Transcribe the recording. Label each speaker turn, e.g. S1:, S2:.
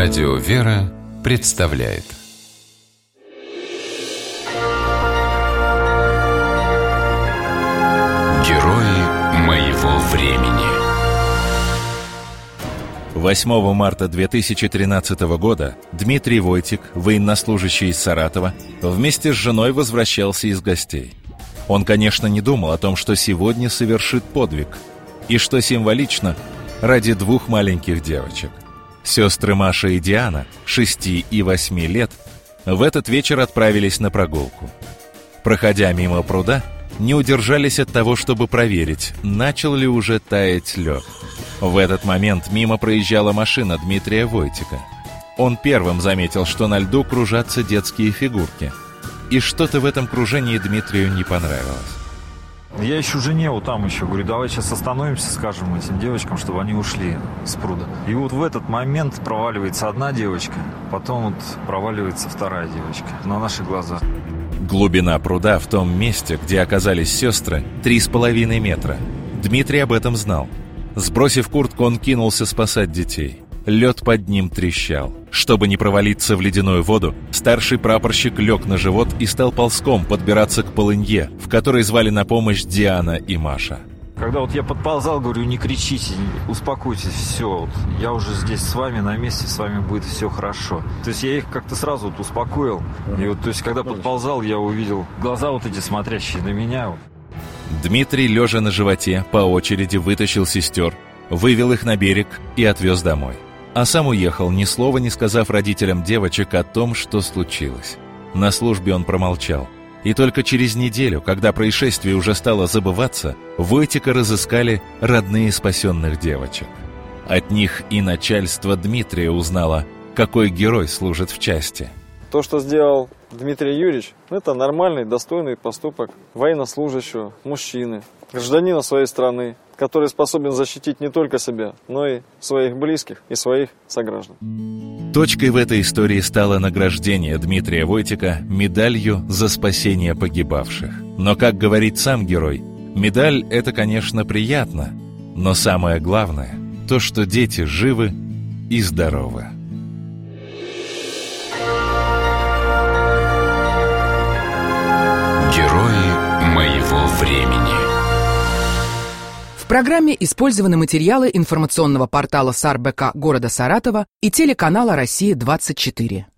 S1: Радио «Вера» представляет Герои моего времени.
S2: 8 марта 2013 года Дмитрий Войтик, военнослужащий из Саратова, вместе с женой возвращался из гостей. Он, конечно, не думал о том, что сегодня совершит подвиг, и, что символично, ради двух маленьких девочек. Сестры Маша и Диана, 6 и 8 лет, в этот вечер отправились на прогулку. Проходя мимо пруда, не удержались от того, чтобы проверить, начал ли уже таять лед. В этот момент мимо проезжала машина Дмитрия Войтика. Он первым заметил, что на льду кружатся детские фигурки. И что-то в этом кружении Дмитрию не понравилось.
S3: Я ищу жене, вот там еще, говорю, давай сейчас остановимся, скажем этим девочкам, чтобы они ушли с пруда. И вот в этот момент проваливается одна девочка, потом вот проваливается вторая девочка на наших глазах.
S2: Глубина пруда в том месте, где оказались сестры, 3,5 метра. Дмитрий об этом знал. Сбросив куртку, он кинулся спасать детей. Лед под ним трещал. Чтобы не провалиться в ледяную воду, старший прапорщик лег на живот и стал ползком подбираться к полынье, в которой звали на помощь Диана и Маша.
S3: Когда вот я подползал, говорю, не кричите, успокойтесь, все, вот, я уже здесь с вами, на месте, с вами будет все хорошо. То есть я их как-то сразу вот успокоил. И вот, то есть, когда подползал, я увидел глаза вот эти смотрящие на меня.
S2: Дмитрий, лежа на животе, по очереди вытащил сестер, вывел их на берег и отвез домой. А сам уехал, ни слова не сказав родителям девочек о том, что случилось. На службе он промолчал. И только через неделю, когда происшествие уже стало забываться, Войтика разыскали родные спасенных девочек. От них и начальство Дмитрия узнало, какой герой служит в части.
S4: То, что сделал Дмитрий Юрьевич, это нормальный, достойный поступок военнослужащего, мужчины, гражданина своей страны, который способен защитить не только себя, но и своих близких и своих сограждан.
S2: Точкой в этой истории стало награждение Дмитрия Войтика медалью за спасение погибавших. Но, как говорит сам герой, медаль — это, конечно, приятно, но самое главное — то, что дети живы и здоровы.
S1: Герои моего времени.
S5: В программе использованы материалы информационного портала САР-БК города Саратова и телеканала «Россия-24».